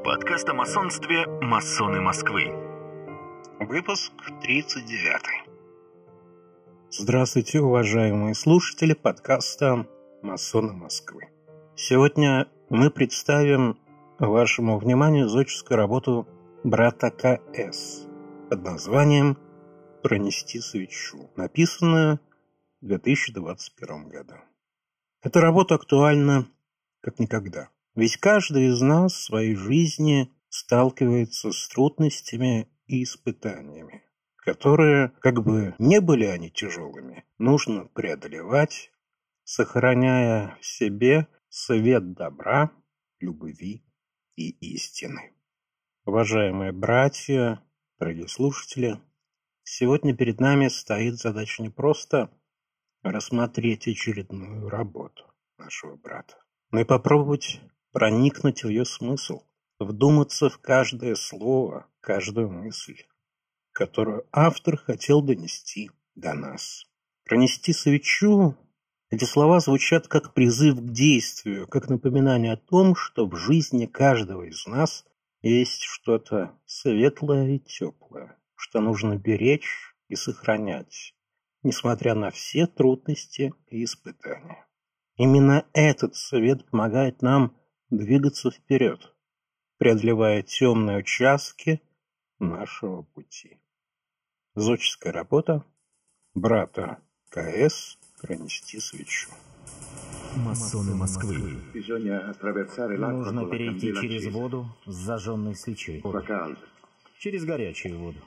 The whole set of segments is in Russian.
Подкаст о масонстве «Масоны Москвы». Выпуск 39. Здравствуйте, уважаемые слушатели подкаста «Масоны Москвы». Сегодня мы представим вашему вниманию зодческую работу брата К.С. под названием «Пронести свечу», написанную в 2021 году. Эта работа актуальна как никогда. Ведь каждый из нас в своей жизни сталкивается с трудностями и испытаниями, которые, как бы не были они тяжелыми, нужно преодолевать, сохраняя в себе свет добра, любви и истины. Уважаемые братья, дорогие слушатели, сегодня перед нами стоит задача не просто рассмотреть очередную работу нашего брата, но и попробовать проникнуть в ее смысл, вдуматься в каждое слово, каждую мысль, которую автор хотел донести до нас. Пронести свечу – эти слова звучат как призыв к действию, как напоминание о том, что в жизни каждого из нас есть что-то светлое и теплое, что нужно беречь и сохранять, несмотря на все трудности и испытания. Именно этот свет помогает нам двигаться вперед, преодолевая темные участки нашего пути. Зодческая работа брата К.С. «Пронести свечу». Масоны Москвы. Нужно перейти через воду с зажженной свечой. Через горячую воду.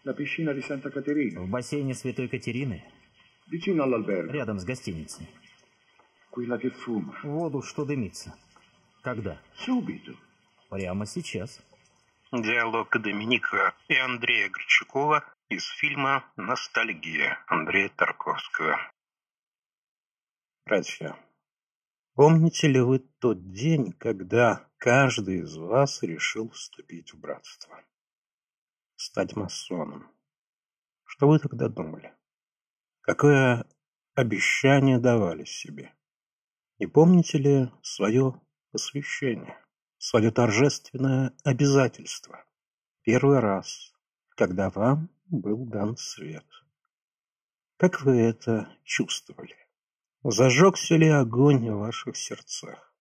В бассейне Святой Катерины, рядом с гостиницей. Воду, что дымится. Когда? Прямо сейчас. Диалог Доминика и Андрея Горчакова из фильма «Ностальгия» Андрея Тарковского. Братья, помните ли вы тот день, когда каждый из вас решил вступить в братство? Стать масоном? Что вы тогда думали? Какое обещание давали себе? И помните ли свое посвящение, свое торжественное обязательство? Первый раз, когда вам был дан свет. Как вы это чувствовали? Зажегся ли огонь в ваших сердцах?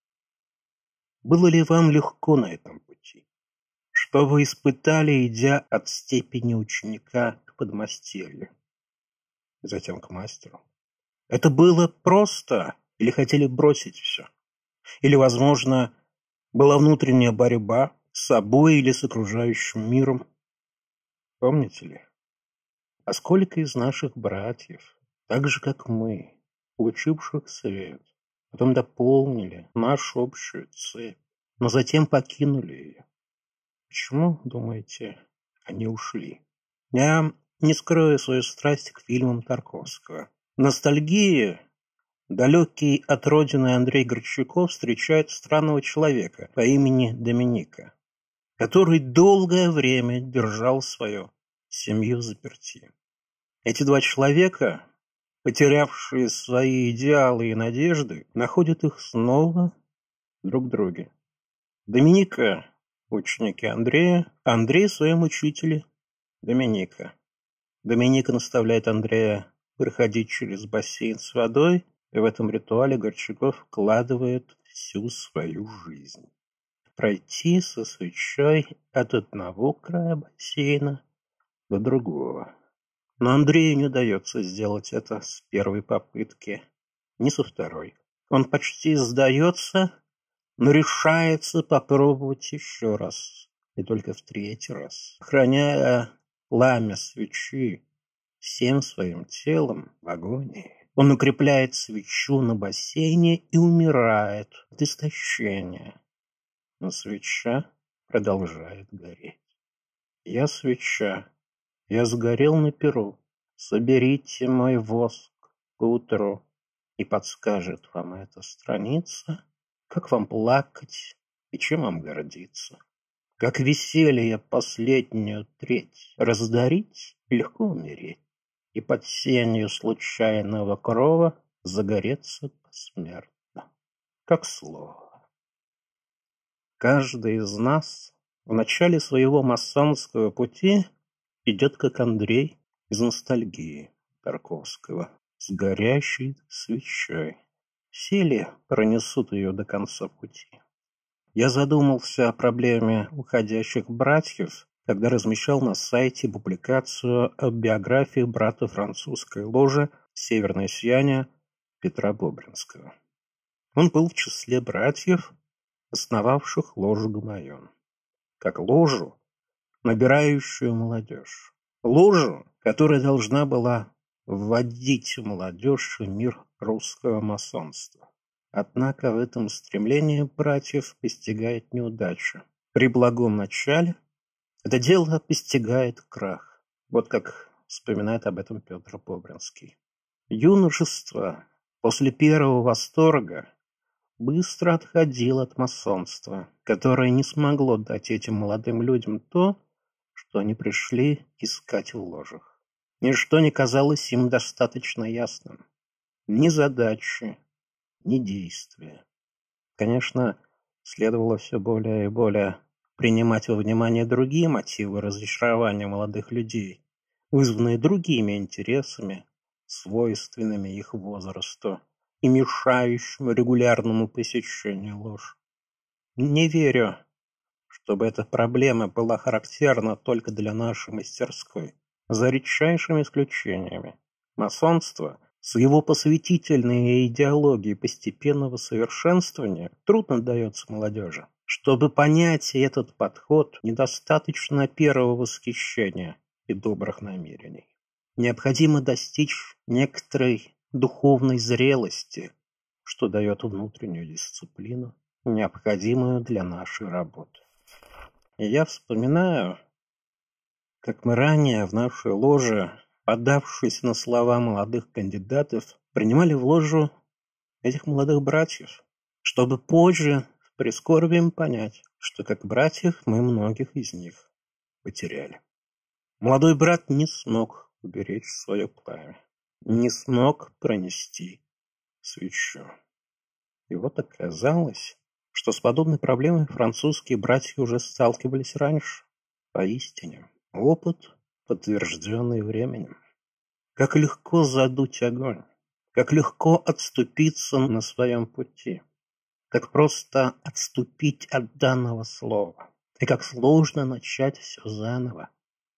Было ли вам легко на этом пути? Что вы испытали, идя от степени ученика к подмастерью, затем к мастеру? Это было просто? Или хотели бросить все? Или, возможно, была внутренняя борьба с собой или с окружающим миром? Помните ли? А сколько из наших братьев, так же как мы, получивших свет, потом дополнили нашу общую цепь, но затем покинули ее? Почему, думаете, они ушли? Я не скрою свою страсть к фильмам Тарковского. Ностальгия. Далекий от родины Андрей Горчаков встречает странного человека по имени Доминика, который долгое время держал свою семью взаперти. Эти два человека, потерявшие свои идеалы и надежды, находят их снова друг в друге. Доминика – ученик Андрея, а Андрей – своем учителе Доминика. Доминика наставляет Андрея проходить через бассейн с водой, и в этом ритуале Горчаков вкладывает всю свою жизнь. Пройти со свечой от одного края бассейна до другого. Но Андрею не удается сделать это с первой попытки, ни со второй. Он почти сдается, но решается попробовать еще раз, и только в третий раз, охраняя пламя свечи всем своим телом в агонии. Он укрепляет свечу на бассейне и умирает от истощения. Но свеча продолжает гореть. Я свеча, я сгорел на перу. Соберите мой воск поутру, и подскажет вам эта страница, как вам плакать и чем вам гордиться. Как веселье последнюю треть раздарить, легко умереть, и под сенью случайного крова загореться посмертно, как слово. Каждый из нас в начале своего масонского пути идет, как Андрей из ностальгии Тарковского, с горящей свечой. Все ли пронесут ее до конца пути? Я задумался о проблеме уходящих братьев, когда размещал на сайте публикацию о биографии брата французской ложи «Северное сияние» Петра Бобринского. Он был в числе братьев, основавших ложу Гамайон, как ложу, набирающую молодежь. Ложу, которая должна была вводить молодежь в мир русского масонства. Однако в этом стремлении братьев постигает неудача. При благом начале это дело постигает крах. Вот как вспоминает об этом Петр Бобринский. Юношество после первого восторга быстро отходило от масонства, которое не смогло дать этим молодым людям то, что они пришли искать в ложах. Ничто не казалось им достаточно ясным. Ни задачи, ни действия. Конечно, следовало все более и более принимать во внимание другие мотивы разочарования молодых людей, вызванные другими интересами, свойственными их возрасту и мешающими регулярному посещению лож. Не верю, чтобы эта проблема была характерна только для нашей мастерской, за редчайшими исключениями. Масонство с его посвятительной идеологией постепенного совершенствования трудно дается молодежи. Чтобы понять этот подход, недостаточно первого восхищения и добрых намерений. Необходимо достичь некоторой духовной зрелости, что дает внутреннюю дисциплину, необходимую для нашей работы. И я вспоминаю, как мы ранее в нашей ложе, поддавшись на слова молодых кандидатов, принимали в ложу этих молодых братьев, чтобы позже с прискорбием понять, что как братьев мы многих из них потеряли. Молодой брат не смог уберечь свое пламя, не смог пронести свечу. И вот оказалось, что с подобной проблемой французские братья уже сталкивались раньше. Поистине, опыт, подтвержденный временем. Как легко задуть огонь, как легко отступиться на своем пути, как просто отступить от данного слова, и как сложно начать все заново.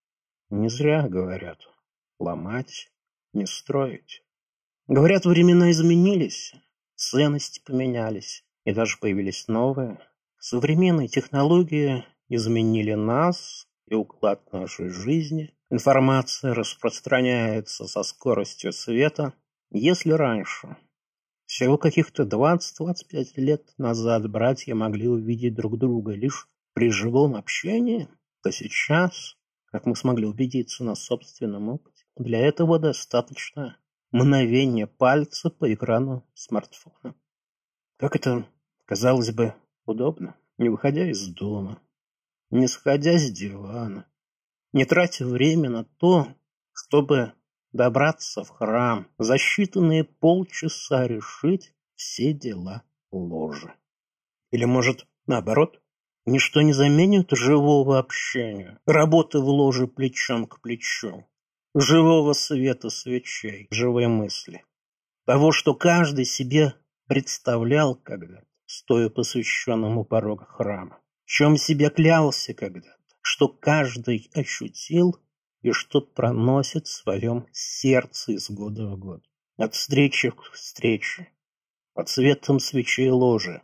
Не зря говорят, ломать, не строить. Говорят, времена изменились, ценности поменялись, и даже появились новые. Современные технологии изменили нас и уклад нашей жизни. Информация распространяется со скоростью света. Если раньше, всего каких-то 20-25 лет назад, братья могли увидеть друг друга лишь при живом общении, то сейчас, как мы смогли убедиться на собственном опыте, для этого достаточно мгновение пальца по экрану смартфона. Как это, казалось бы, удобно, не выходя из дома, не сходя с дивана, не тратя время на то, чтобы добраться в храм, за считанные полчаса решить все дела ложи. Или, может, наоборот, ничто не заменит живого общения, работы в ложе плечом к плечу, живого света свечей, живой мысли, того, что каждый себе представлял когда-то, стоя посвященному порога храма, в чем себе клялся когда-то, что каждый ощутил и что проносит в своем сердце из года в год. От встречи к встрече, под светом свечей ложи,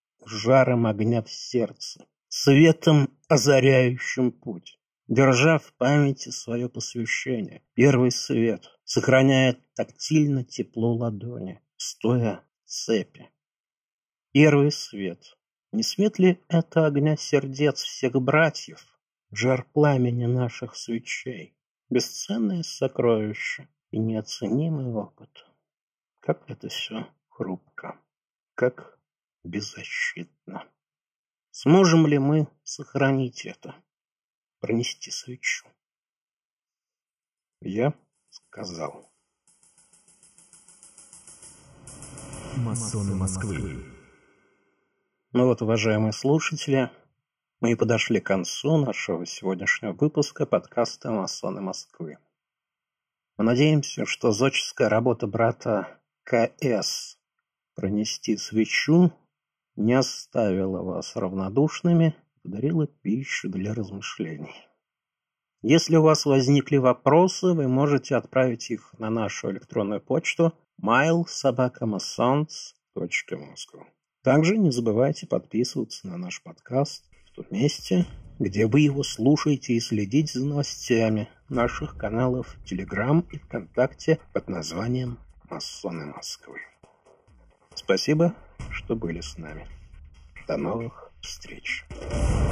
жаром огня в сердце, светом, озаряющим путь. Держа в памяти свое посвящение, первый свет сохраняет тактильно тепло ладони, стоя в цепи. Первый свет. Не свет ли это огня сердец всех братьев, жар пламени наших свечей, бесценное сокровище и неоценимый опыт? Как это все хрупко, как беззащитно. Сможем ли мы сохранить это? Пронести свечу. Я сказал. Масоны Москвы. Ну вот, уважаемые слушатели, мы и подошли к концу нашего сегодняшнего выпуска подкаста «Масоны Москвы». Мы надеемся, что зодческая работа брата К.С. «Пронести свечу» не оставила вас равнодушными, подарила пищу для размышлений. Если у вас возникли вопросы, вы можете отправить их на нашу электронную почту mail@masons.moscow. Также не забывайте подписываться на наш подкаст в том месте, где вы его слушаете, и следить за новостями наших каналов в Telegram и ВКонтакте под названием «Масоны Москвы». Спасибо, что были с нами. До новых встреч.